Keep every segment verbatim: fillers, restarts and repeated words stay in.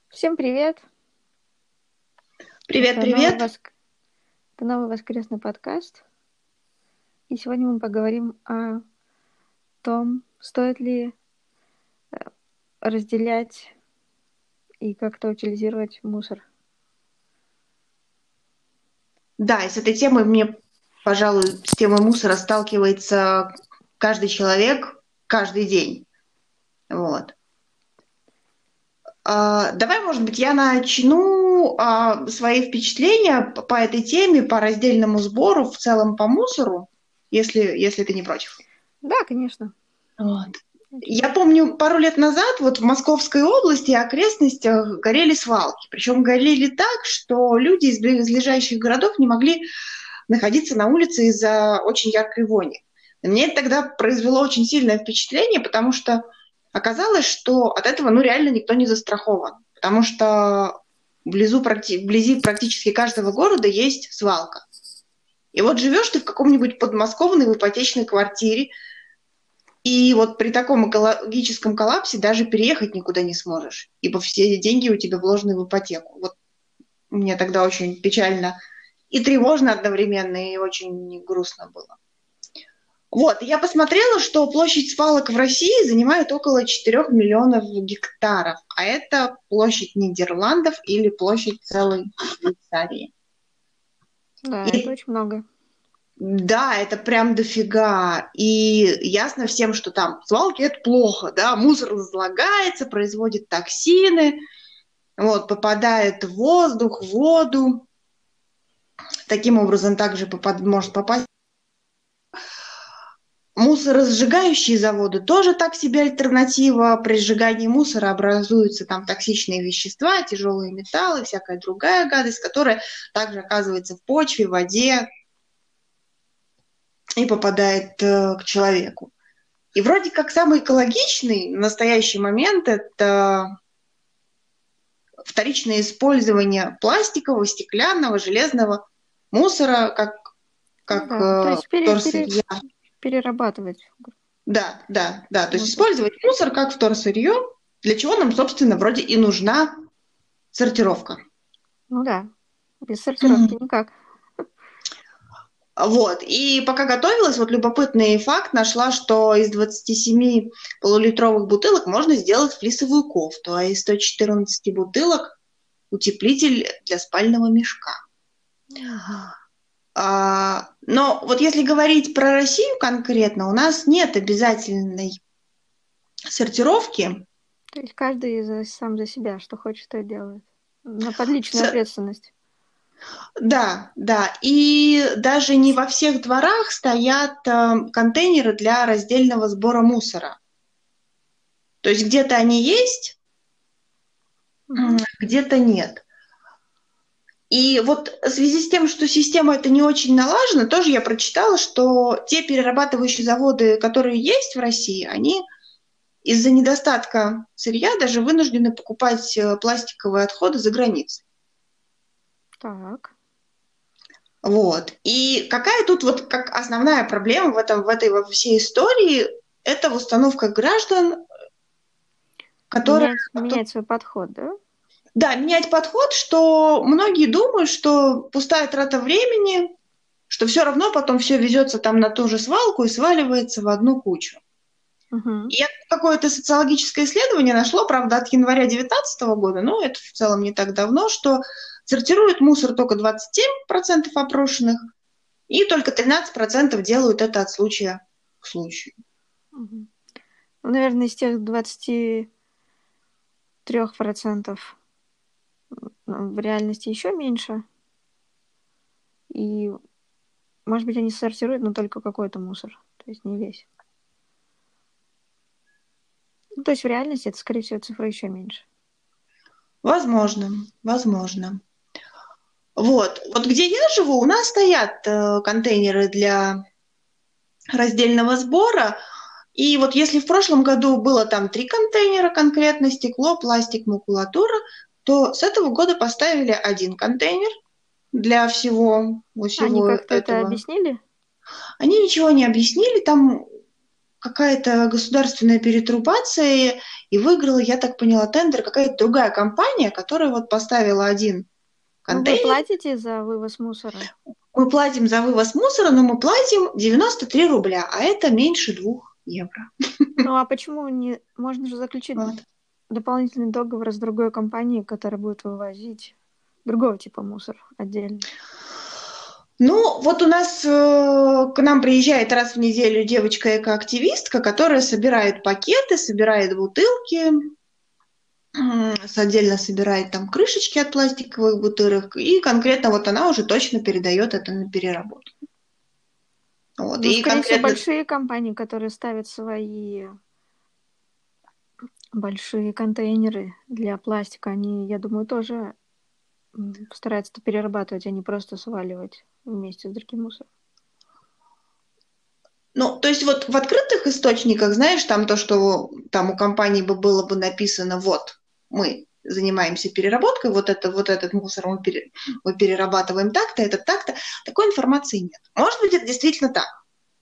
Всем привет! Привет, Это новый, привет. воск... Это новый воскресный подкаст. И сегодня мы поговорим о том, стоит ли э, разделять и как-то утилизировать мусор. Да, и с этой темой мне, пожалуй, с темой мусора сталкивается каждый человек каждый день. Вот. А, давай, может быть, я начну а, свои впечатления по, по этой теме, по раздельному сбору, в целом по мусору, если, если ты не против. Да, конечно. Вот. Очень. Я помню, пару лет назад вот в Московской области и окрестностях горели свалки. Причем горели так, что люди из близлежащих городов не могли находиться на улице из-за очень яркой вони. И мне это тогда произвело очень сильное впечатление, потому что оказалось, что от этого ну, реально никто не застрахован. Потому что вблизу, вблизи практически каждого города есть свалка. И вот живешь ты в каком-нибудь подмосковной в ипотечной квартире, и вот при таком экологическом коллапсе даже переехать никуда не сможешь, ибо все деньги у тебя вложены в ипотеку. Вот мне тогда очень печально и тревожно одновременно, и очень грустно было. Вот, я посмотрела, что площадь свалок в России занимает около четырёх миллионов гектаров, а это площадь Нидерландов или площадь целой Швейцарии. Да, это И очень много. да, это прям дофига. И ясно всем, что там свалки это плохо, да, мусор разлагается, производит токсины, вот, попадает в воздух, в воду. Таким образом также попад, может попасть. Мусоросжигающие заводы тоже так себе альтернатива. При сжигании мусора образуются там токсичные вещества, тяжелые металлы, всякая другая гадость, которая также оказывается в почве, в воде и попадает э, к человеку. И вроде как самый экологичный в настоящий момент это вторичное использование пластикового, стеклянного, железного мусора как, Ну как да, то э, есть пере, пере, вторсырья. перерабатывать Да, да, да. То есть мусор. использовать мусор как вторсырье, для чего нам, собственно, вроде и нужна сортировка. Ну да, без сортировки Мгм. никак. Вот. И пока готовилась, вот любопытный факт нашла, что из двадцати семи полулитровых бутылок можно сделать флисовую кофту, а из ста четырнадцати бутылок утеплитель для спального мешка. Мгм. А, но вот если говорить про Россию конкретно, у нас нет обязательной сортировки. То есть каждый за, сам за себя, что хочет, то и делает. На подличную Ц- ответственность. Да, да. И даже не во всех дворах стоят э, контейнеры для раздельного сбора мусора. То есть где-то они есть, м, Мгм. где-то нет. И вот в связи с тем, что система эта не очень налажена, тоже я прочитала, что те перерабатывающие заводы, которые есть в России, они из-за недостатка сырья даже вынуждены покупать э, пластиковые отходы за границей. Так. Вот. И какая тут вот как основная проблема в, этом, в этой во всей истории, это установка граждан, которая... Менять, менять свой подход, да? Да, менять подход, что многие думают, что пустая трата времени, что все равно потом все везется там на ту же свалку и сваливается в одну кучу. Угу. И я какое-то социологическое исследование нашло, правда, от января две тысячи девятнадцатого года, но это в целом не так давно, что сортируют мусор только двадцать семь процентов опрошенных, и только тринадцать процентов делают это от случая к случаю. Угу. Ну, наверное, из тех двадцати трех процентов в реальности еще меньше. И, может быть, они сортируют, но только какой-то мусор. То есть не весь. Ну, то есть в реальности это, скорее всего, цифра еще меньше. Возможно, возможно. Вот. Вот где я живу, у нас стоят э, контейнеры для раздельного сбора. И вот если в прошлом году было там три контейнера конкретно, стекло, пластик, макулатура, то с этого года поставили один контейнер для всего, Они всего как-то это этого. объяснили? Они ничего не объяснили, там какая-то государственная перетрубация, и выиграла, я так поняла, тендер какая-то другая компания, которая вот поставила один Ну, вы контейнер. платите за вывоз мусора? Мы платим за вывоз мусора, но мы платим девяносто три рубля, а это меньше двух евро. Ну, а почему не... Можно же заключить Вот. дополнительный договор с другой компанией, которая будет вывозить другого типа мусор отдельно. Ну, вот у нас э, к нам приезжает раз в неделю девочка-экоактивистка, которая собирает пакеты, собирает бутылки, м, отдельно собирает там крышечки от пластиковых бутылок, и конкретно вот она уже точно передает это на переработку. Вот. Ну, И скорее всего, конкретно, большие компании, которые ставят свои большие контейнеры для пластика, они, я думаю, тоже м, стараются это перерабатывать, а не просто сваливать вместе с другим мусором. ну, то есть вот в открытых источниках, знаешь, там то, что там у компании бы было бы написано, вот, мы занимаемся переработкой, вот, это, вот этот мусор мы, пере, мы перерабатываем так-то, этот так-то, такой информации нет. Может быть, это действительно так.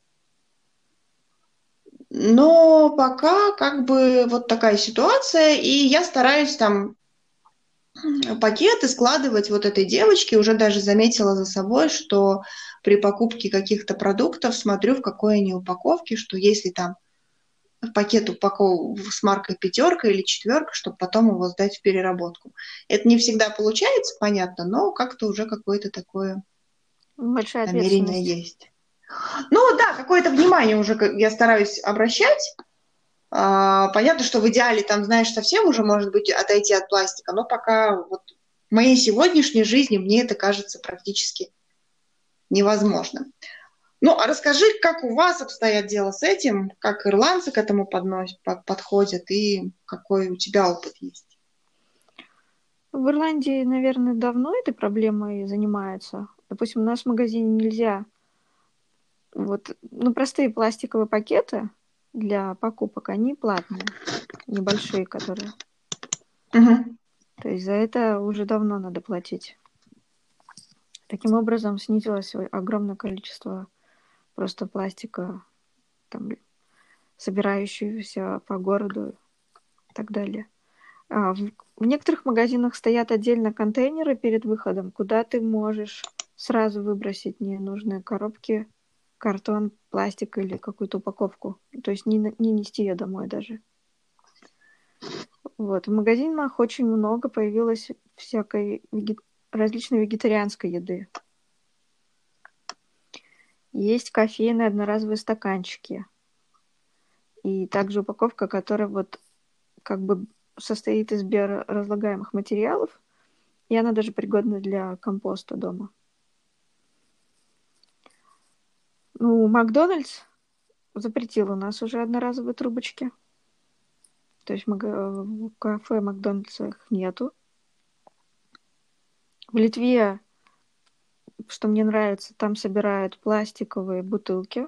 Но пока как бы вот такая ситуация, и я стараюсь там пакеты складывать вот этой девочке. Уже даже заметила за собой, что при покупке каких-то продуктов смотрю, в какой они упаковке, что если там пакет упакован с маркой пятерка или четверка, чтобы потом его сдать в переработку. Это не всегда получается, понятно, но как-то уже какое-то такое Большая намерение ответственность. есть. Ну да, какое-то внимание уже я стараюсь обращать. А, понятно, что в идеале там, знаешь, совсем уже может быть отойти от пластика, но пока вот в моей сегодняшней жизни мне это кажется практически невозможным. Ну, а расскажи, как у вас обстоят дела с этим, как ирландцы к этому подносят, подходят, и какой у тебя опыт есть? В Ирландии, наверное, давно этой проблемой занимаются. Допустим, у нас в магазине нельзя вот, ну, простые пластиковые пакеты для покупок, они платные, небольшие, которые. Угу. То есть за это уже давно надо платить. Таким образом снизилось огромное количество просто пластика, там, собирающегося по городу и так далее. А в, в некоторых магазинах стоят отдельно контейнеры перед выходом, куда ты можешь сразу выбросить ненужные коробки, картон, пластик или какую-то упаковку. То есть не, не нести ее домой даже. Вот. В магазинах очень много появилось всякой веге... различной вегетарианской еды. Есть кофейные одноразовые стаканчики. И также упаковка, которая вот как бы состоит из биоразлагаемых материалов, и она даже пригодна для компоста дома. Ну, Макдональдс запретил у нас уже одноразовые трубочки. То есть в кафе Макдональдса их нету. В Литве, что мне нравится, там собирают пластиковые бутылки.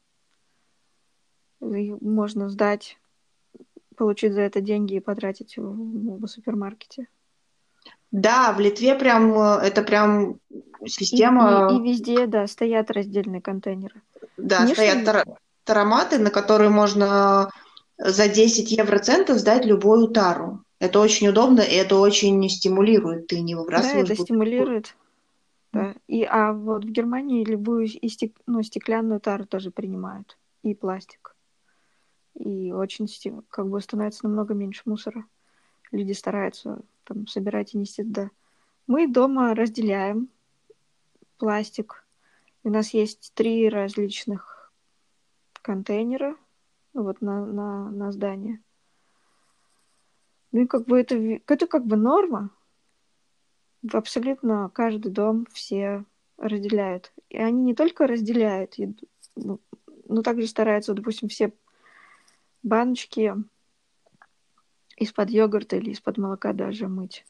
Их можно сдать, получить за это деньги и потратить в, в супермаркете. Да, в Литве прям э, это прям И, и, и система, везде, да, стоят раздельные контейнеры. да, Конечно, стоят тар- тароматы, на которые можно за десять евроцентов сдать любую тару. Это очень удобно, и это очень стимулирует. Ты не да, выбрасываешь это бутылку. стимулирует. Да. И, а вот в Германии любую и стек, ну, стеклянную тару тоже принимают. И пластик. И очень как бы становится намного меньше мусора. Люди стараются там собирать и нести туда. Мы дома разделяем пластик. У нас есть три различных контейнера вот на, на, на здание. Ну и как бы это, это как бы норма. Абсолютно каждый дом все разделяют. И они не только разделяют, ну, но также стараются, допустим, все баночки из-под йогурта или из-под молока даже мыть.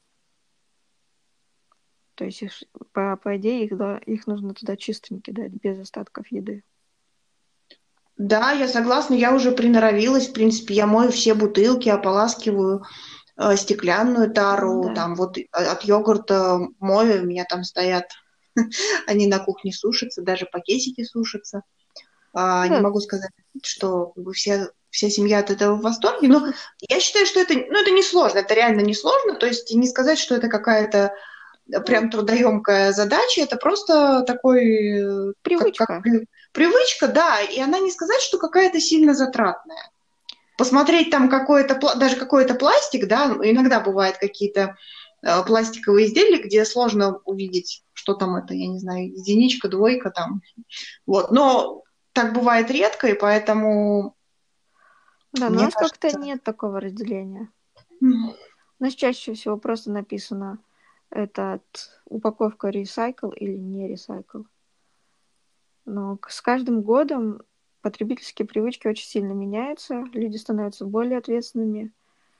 То есть их, по, по идее их, да, их нужно туда чистыми кидать, без остатков еды. Да, я согласна, я уже приноровилась. В принципе, я мою все бутылки, ополаскиваю э, стеклянную тару. Да. Там вот от йогурта мою, у меня там стоят, они на кухне сушатся, даже пакетики сушатся. А, не Да, могу сказать, что как бы, вся, вся семья от этого в восторге, но я считаю, что это, ну, это несложно, это реально несложно, то есть не сказать, что это какая-то ну, прям трудоемкая задача, это просто такой, э, как, как привычка. при- привычка, да, и она не сказать, что какая-то сильно затратная. Посмотреть там какой-то, пла- даже какой-то пластик, да, иногда бывают какие-то э, пластиковые изделия, где сложно увидеть, что там это, я не знаю, единичка, двойка там, вот, но так бывает редко, и поэтому, Да, но у мне нас как-то кажется, нет такого разделения. м, У нас чаще всего просто написано этот упаковка recycle или не recycle. Но к- с каждым годом потребительские привычки очень сильно меняются, люди становятся более ответственными.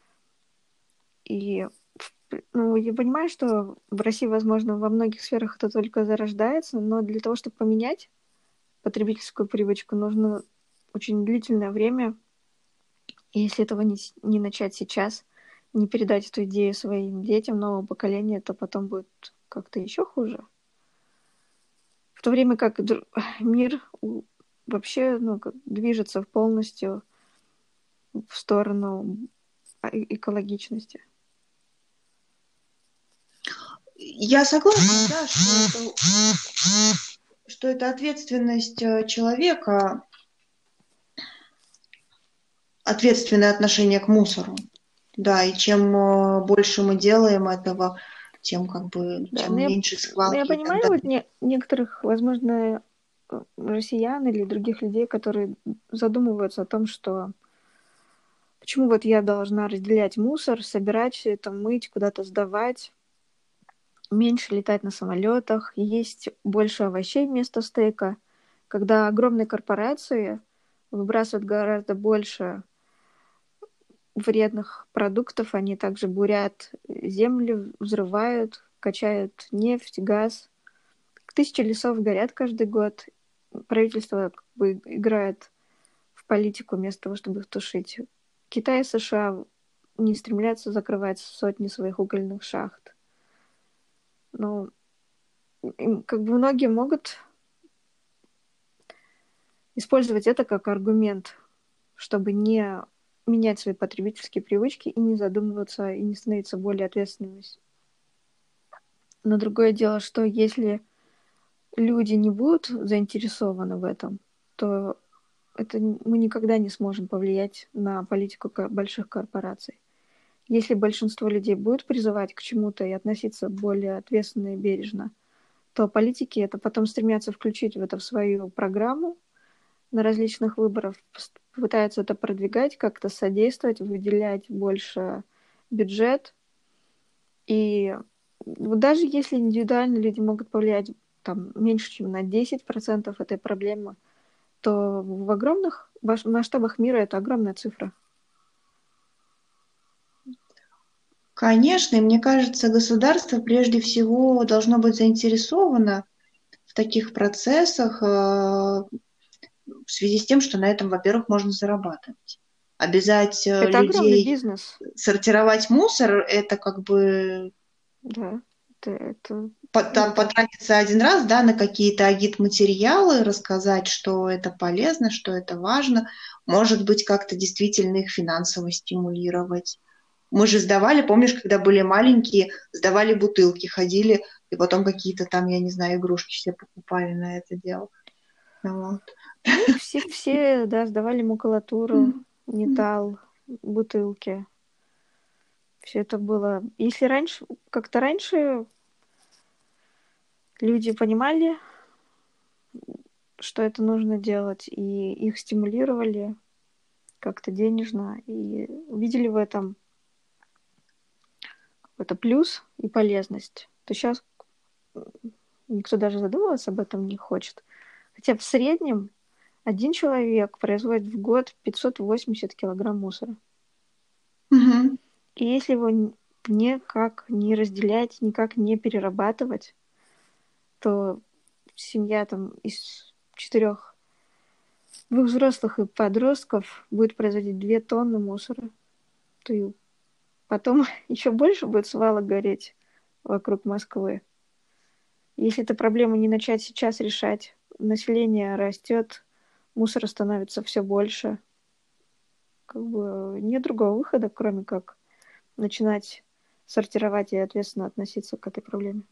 И в п- ну, я понимаю, что в России, возможно, во многих сферах это только зарождается, но для того, чтобы поменять потребительскую привычку, нужно очень длительное время. И если этого не, с- не начать сейчас, не передать эту идею своим детям, нового поколения, то потом будет как-то еще хуже. В то время как др- мир у- вообще ну, как движется полностью в сторону а, э- экологичности. я согласна, да, что это, что это ответственность э, человека, ответственное отношение к мусору. Да, и чем э, больше мы делаем этого, тем как бы, Да, но тем я, меньше но я свалки и так понимаю вот далее. не, некоторых, возможно, э, россиян или других людей, которые задумываются о том, что почему вот я должна разделять мусор, собирать все это, мыть, куда-то сдавать, меньше летать на самолетах, есть больше овощей вместо стейка, когда огромные корпорации выбрасывают гораздо больше вредных продуктов, они также бурят землю, взрывают, качают нефть, газ. Тысячи лесов горят каждый год. Правительство как бы играет в политику вместо того, чтобы их тушить. Китай и США не стремятся закрывать сотни своих угольных шахт. Но им, как бы многие могут использовать это как аргумент, чтобы не менять свои потребительские привычки и не задумываться, и не становиться более ответственными. Но другое дело, что если люди не будут заинтересованы в этом, то это мы никогда не сможем повлиять на политику больших корпораций. Если большинство людей будет призывать к чему-то и относиться более ответственно и бережно, то политики это потом стремятся включить в это в свою программу на различных выборах, пытаются это продвигать, как-то содействовать, выделять больше бюджет. И вот даже если индивидуально люди могут повлиять там, меньше, чем на десять процентов этой проблемы, то в огромных масштабах мира это огромная цифра. Конечно, и мне кажется, государство прежде всего должно быть заинтересовано в таких процессах э, в связи с тем, что на этом, во-первых, можно зарабатывать. Обязать э, Это огромный людей бизнес, сортировать мусор, это как бы да. Это, это, по- там это потратиться один раз, да, на какие-то агит-материалы, рассказать, что это полезно, что это важно, может быть, как-то действительно их финансово стимулировать. Мы же сдавали, помнишь, когда были маленькие, сдавали бутылки, ходили, и потом какие-то там, я не знаю, игрушки все покупали на это дело. Вот. ну, все, все, да, сдавали макулатуру, металл, бутылки. Все это было. Если раньше, как-то раньше люди понимали, что это нужно делать, и их стимулировали как-то денежно, и видели в этом какой-то плюс и полезность, то сейчас никто даже задумываться об этом не хочет. Хотя в среднем один человек производит в год пятьсот восемьдесят килограмм мусора. Мгм. И если его никак не разделять, никак не перерабатывать, то семья там из четырех, двух взрослых и подростков будет производить две тонны мусора. То и потом еще больше будет свалок гореть вокруг Москвы. Если эту проблему не начать сейчас решать, население растет, мусора становится все больше. Как бы нет другого выхода, кроме как начинать сортировать и ответственно относиться к этой проблеме.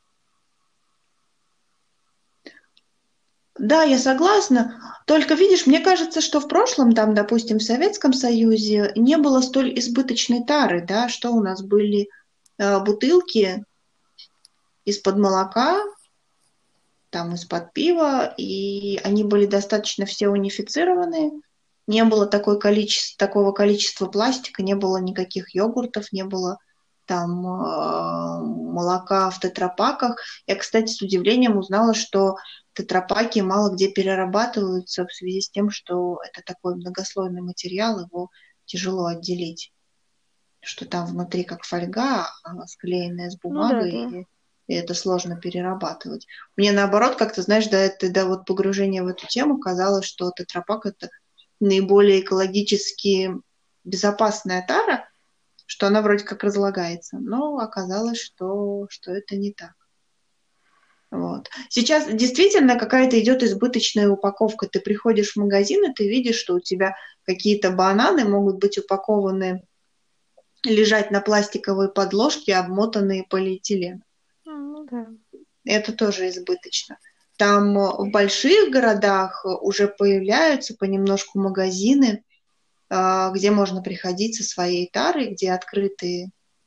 Да, я согласна. Только видишь, мне кажется, что в прошлом, там, допустим, в Советском Союзе не было столь избыточной тары, да, что у нас были э, бутылки из-под молока, там, из-под пива, и они были достаточно все унифицированные. Не было такой количества, такого количества пластика, не было никаких йогуртов, не было там э, молока в тетрапаках. Я, кстати, с удивлением узнала, что тетрапаки мало где перерабатываются в связи с тем, что это такой многослойный материал, его тяжело отделить. Что там внутри как фольга, а склеенная с Ну да, бумагой, да. и, и это сложно перерабатывать. Мне наоборот, как-то, знаешь, до, это, до вот погружения в эту тему казалось, что тетрапак это наиболее экологически безопасная тара, что она вроде как разлагается, но оказалось, что, что это не так. Вот. Сейчас действительно какая-то идет избыточная упаковка. Ты приходишь в магазин, и ты видишь, что у тебя какие-то бананы могут быть упакованы, лежать на пластиковой подложке, обмотанные полиэтиленом. Ну да. Это тоже избыточно. Там в больших городах уже появляются понемножку магазины, где можно приходить со своей тарой, где открытые,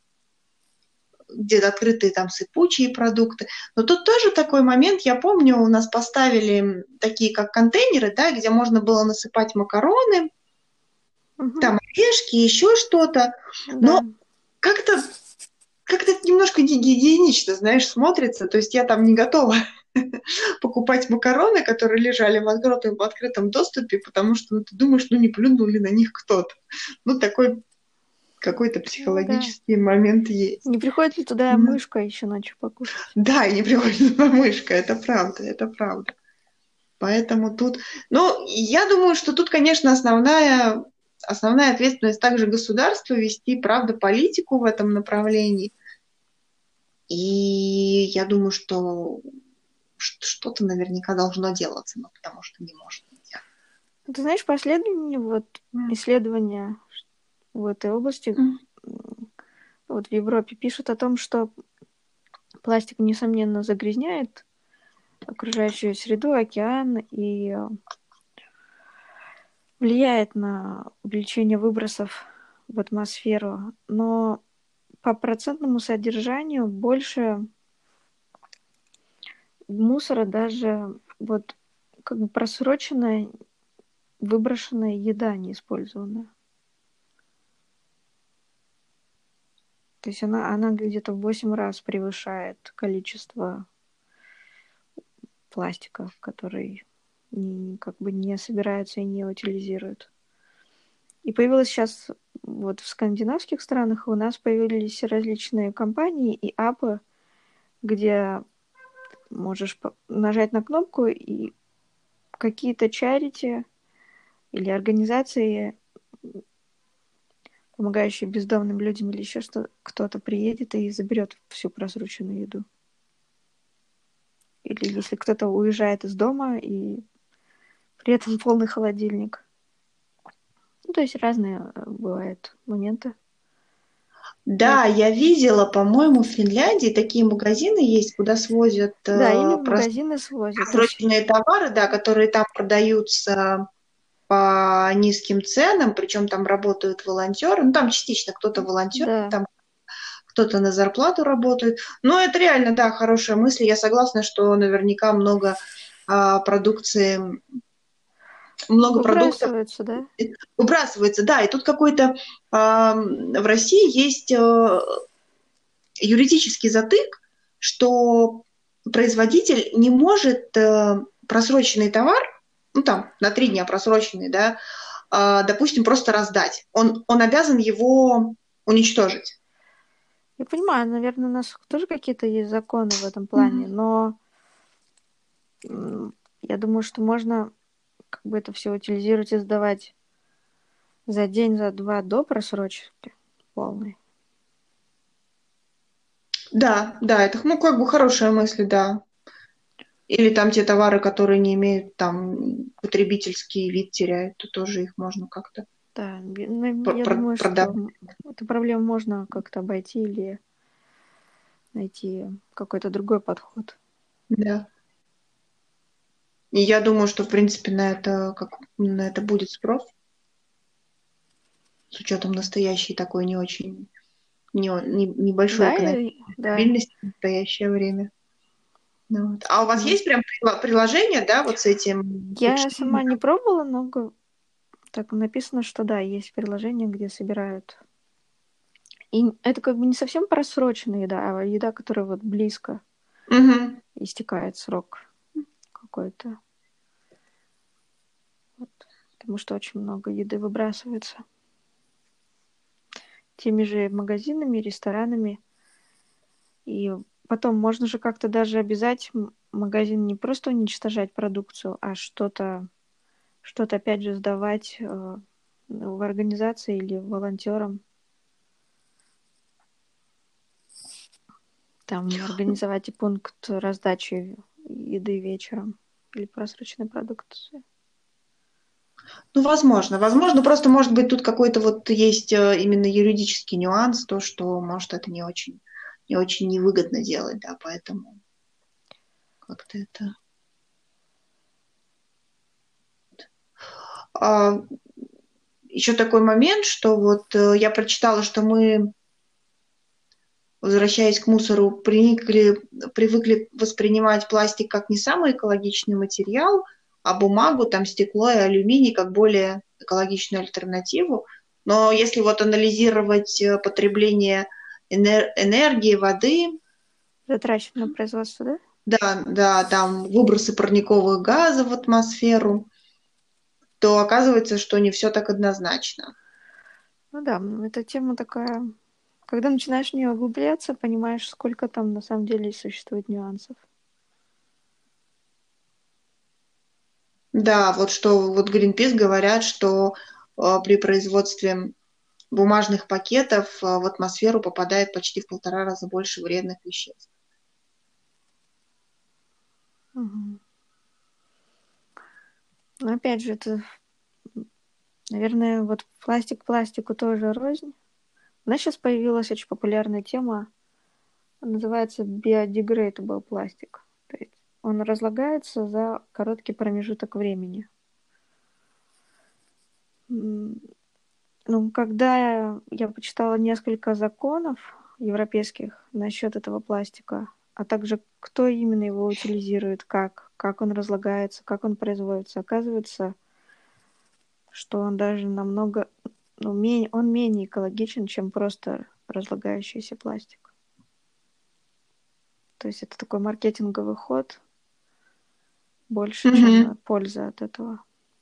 где открытые там сыпучие продукты. Но тут тоже такой момент, я помню, у нас поставили такие как контейнеры, да, где можно было насыпать макароны, Угу. там орешки, еще что-то. Но Да. как-то как-то это немножко гигиенично, знаешь, смотрится. То есть я там не готова покупать макароны, которые лежали в открытом, в открытом доступе, потому что ну, ты думаешь, ну не плюнул ли на них кто-то. Ну такой какой-то Ну да. психологический момент есть. Не приходит ли туда Ну, мышка еще ночью покушать? да, и не приходит на мышка, это правда, это правда. Поэтому тут, ну, я думаю, что тут, конечно, основная, основная ответственность также государства вести, правда, политику в этом направлении. И я думаю, что что-то наверняка должно делаться, но потому что не может не делать. Ты знаешь, последние вот исследования в этой области вот в Европе пишут о том, что пластик, несомненно, загрязняет окружающую среду, океан и влияет на увеличение выбросов в атмосферу. Но по процентному содержанию больше мусора даже вот как бы просроченная, выброшенная еда не использованная. То есть она, она где-то в восемь раз превышает количество пластика, который не, как бы не собираются и не утилизируют. И появилось сейчас вот в скандинавских странах у нас появились различные компании и апы, где можешь нажать на кнопку, и какие-то чарити или организации, помогающие бездомным людям или еще что, кто-то приедет и заберет всю просроченную еду. Или если кто-то уезжает из дома и при этом полный холодильник. Ну, то есть разные бывают моменты. Да, Вот. я видела, по-моему, в Финляндии такие магазины есть, куда свозят Да, ими э, в прос- магазины свозят. То есть, просроченные товары, да, которые там продаются по низким ценам, причем там работают волонтеры, ну там частично кто-то волонтер, да. там кто-то на зарплату работает. Но это реально, да, хорошая мысль. Я согласна, что наверняка много а, продукции, много продуктов Выбрасываются, да? выбрасывается. Да, и тут какой-то а, в России есть а, юридический затык, что производитель не может а, просроченный товар, ну там на три дня просроченный, да, а, допустим, просто раздать. Он, он обязан его уничтожить. Я понимаю, наверное, у нас тоже какие-то есть законы в этом плане, Мгм. но я думаю, что можно как бы это все утилизировать и сдавать за день, за два до просрочки полной. Да, да, это ну, как бы хорошая мысль, да. Или там те товары, которые не имеют там потребительский вид теряют, то тоже их можно как-то Да, би- ну, пр- я пр- думаю, что продавать. м, эту проблему можно как-то обойти или найти какой-то другой подход. Да. И я думаю, что, в принципе, на это, как, на это будет спрос, с учетом настоящей такой не очень, не, не- небольшой Да, экономической и- да. стабильности в настоящее время. Ну вот. А у вас Ну, есть прям прила- приложение, да, вот с этим я учтением? сама не пробовала, но г- так написано, что да, есть приложение, где собирают. И это как бы не совсем просроченная еда, а еда, которая вот близко Мгм. истекает срок какой-то. Вот. Потому что очень много еды выбрасывается теми же магазинами, ресторанами. И потом можно же как-то даже обязать м- магазин не просто уничтожать продукцию, а что-то, что-то опять же сдавать э, в организации или волонтерам. Там организовать и пункт раздачи еды вечером или просроченной продукции. Ну, возможно, возможно, просто, может быть, тут какой-то вот есть э, именно юридический нюанс, то, что, может, это не очень, не очень невыгодно делать, да, поэтому как-то это... А, еще такой момент, что вот э, я прочитала, что мы, возвращаясь к мусору, привыкли, привыкли воспринимать пластик как не самый экологичный материал, а бумагу, там, стекло и алюминий как более экологичную альтернативу. Но если вот анализировать э, потребление энер- энергии, воды, Затрачено на производство, да? да, да, там выбросы парниковых газов в атмосферу, то оказывается, что не все так однозначно. Ну да, эта тема такая. Когда начинаешь в нее углубляться, понимаешь, сколько там на самом деле существует нюансов. Да, вот что вот Greenpeace говорят, что э, при производстве бумажных пакетов э, в атмосферу попадает почти в полтора раза больше вредных веществ. Мгм. Но опять же, это, наверное, вот пластик пластику тоже рознь. У нас сейчас появилась очень популярная тема, называется biodegradable пластик. То есть он разлагается за короткий промежуток времени. М, Ну, когда я почитала несколько законов европейских насчет этого пластика, а также кто именно его утилизирует, как, как он разлагается, как он производится, оказывается, что он даже намного, ну, менее, он менее экологичен, чем просто разлагающийся пластик. То есть это такой маркетинговый ход больше, чем Мгм. польза от этого.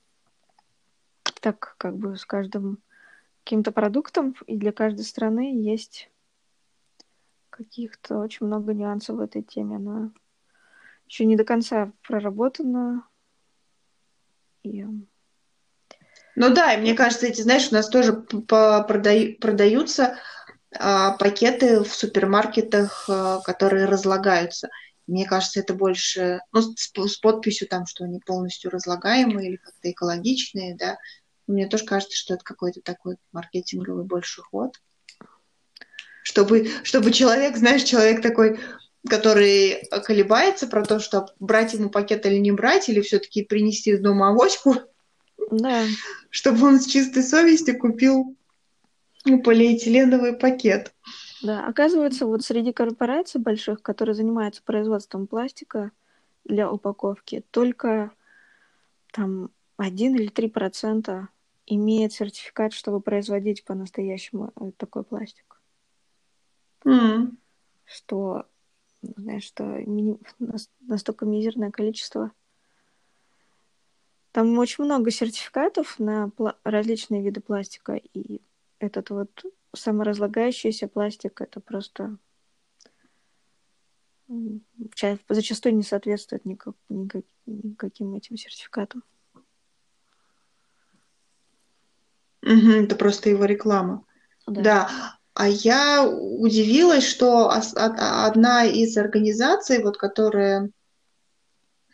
Так как бы с каждым каким-то продуктом и для каждой страны есть каких-то очень много нюансов в этой теме. Она еще не до конца проработана. И Ну да, и мне вот, кажется, эти, знаешь, у нас тоже п- по- продай- продаются а, пакеты в супермаркетах, а, которые разлагаются. Мне кажется, это больше, ну, с, с подписью там, что они полностью разлагаемые или как-то экологичные, да. Мне тоже кажется, что это какой-то такой маркетинговый больше ход. Чтобы, чтобы человек, знаешь, человек такой, который колебается про то, что брать ему пакет или не брать, или все-таки принести из дома авоську, да, чтобы он с чистой совестью купил ну, полиэтиленовый пакет. да. Оказывается, вот среди корпораций больших, которые занимаются производством пластика для упаковки, только там один или три процента имеет сертификат, чтобы производить по-настоящему э, такой пластик. М. Что, знаешь, что мини- нас- настолько мизерное количество. Там очень много сертификатов на пла- различные виды пластика, и этот вот саморазлагающийся пластик, это просто м, ча- зачастую не соответствует никак, никак- никаким этим сертификатам. Мгм, это просто его реклама. Да. Да, а я удивилась, что ос- од- одна из организаций, вот, которая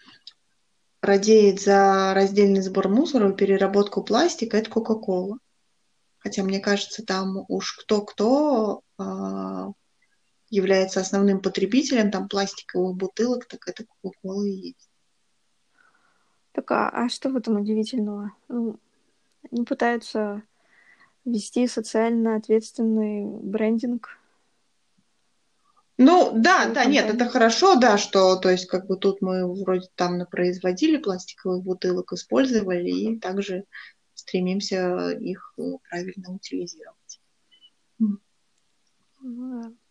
радеет за раздельный сбор мусора и переработку пластика, это Кока-Кола. Хотя, мне кажется, там уж кто-кто а, является основным потребителем там пластиковых бутылок, так это Кока-Кола и есть. Так, а, а что в этом удивительного? Ну, они пытаются вести социально ответственный брендинг Ну, да, своей да, нет, это компании. хорошо, да, что, то есть, как бы тут мы вроде там производили пластиковых бутылок, использовали, и также стремимся их э, правильно утилизировать. М. Ну, да.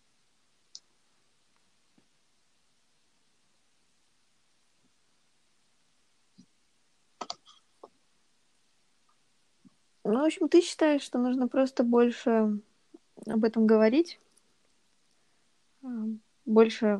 Ну, в общем, ты считаешь, что нужно просто больше об этом говорить, а, больше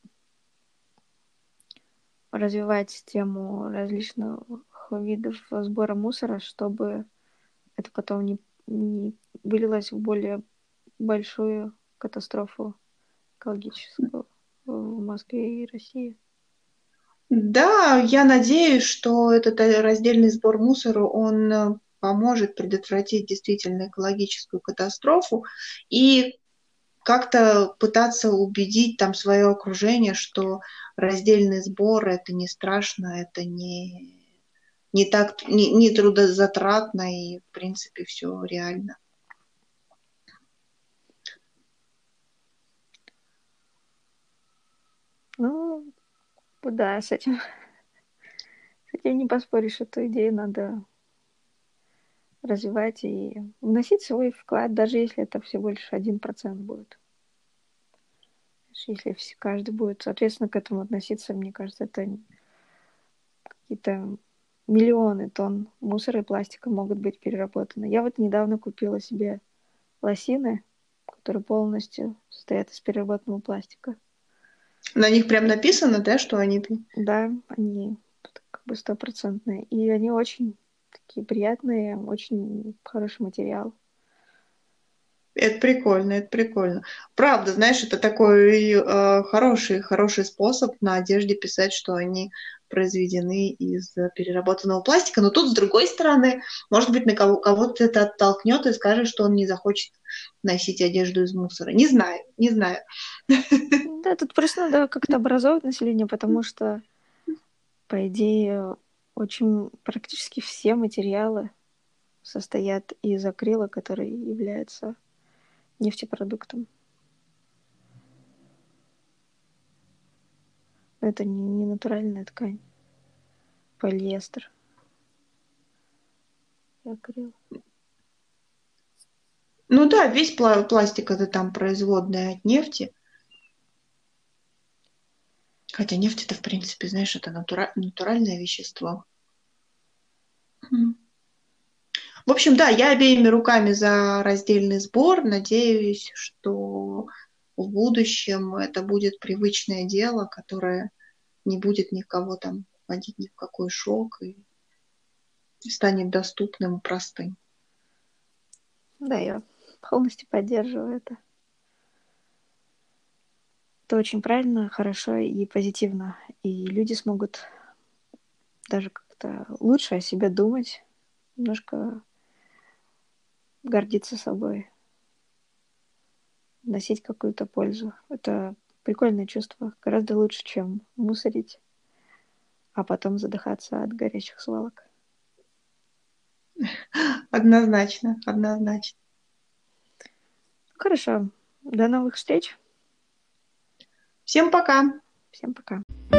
развивать тему различных видов сбора мусора, чтобы это потом не, не вылилось в более большую катастрофу экологическую в Москве и России. Да, я надеюсь, что этот э, раздельный сбор мусора, он э, поможет предотвратить действительно экологическую катастрофу и как-то пытаться убедить там свое окружение, что раздельный сбор это не страшно, это не, не так не, не трудозатратно и в принципе все реально. Ну, да, с этим, с этим не поспоришь, эту идею надо развивать и вносить свой вклад, даже если это всего лишь один процент будет. Если каждый будет соответственно к этому относиться, мне кажется, это какие-то миллионы тонн мусора и пластика могут быть переработаны. Я вот недавно купила себе лосины, которые полностью состоят из переработанного пластика. На них прям написано, да, что они... Да, они как бы стопроцентные. И они очень такие приятные, очень хороший материал. Это прикольно, это прикольно. Правда, знаешь, это такой э, хороший, хороший способ на одежде писать, что они произведены из переработанного пластика. Но тут, с другой стороны, может быть, на кого- кого-то это оттолкнет и скажет, что он не захочет носить одежду из мусора. Не знаю, не знаю. Да, тут просто надо как-то образовывать население, потому что, по идее, очень практически все материалы состоят из акрила, который является нефтепродуктом. Это не, не натуральная ткань. Полиэстер и акрил. Ну да, весь пла- пластик это там производная от нефти. Хотя нефть это, в принципе, знаешь, это натура- натуральное вещество. Мгм. В общем, да, я обеими руками за раздельный сбор. Надеюсь, что в будущем это будет привычное дело, которое не будет никого там вводить ни в какой шок и станет доступным и простым. Да, я полностью поддерживаю это. Это очень правильно, хорошо и позитивно. И люди смогут даже как-то лучше о себе думать, немножко гордиться собой, носить какую-то пользу. Это прикольное чувство, гораздо лучше, чем мусорить, а потом задыхаться от горячих свалок. Однозначно, однозначно. Хорошо, до новых встреч, Всем пока! всем пока.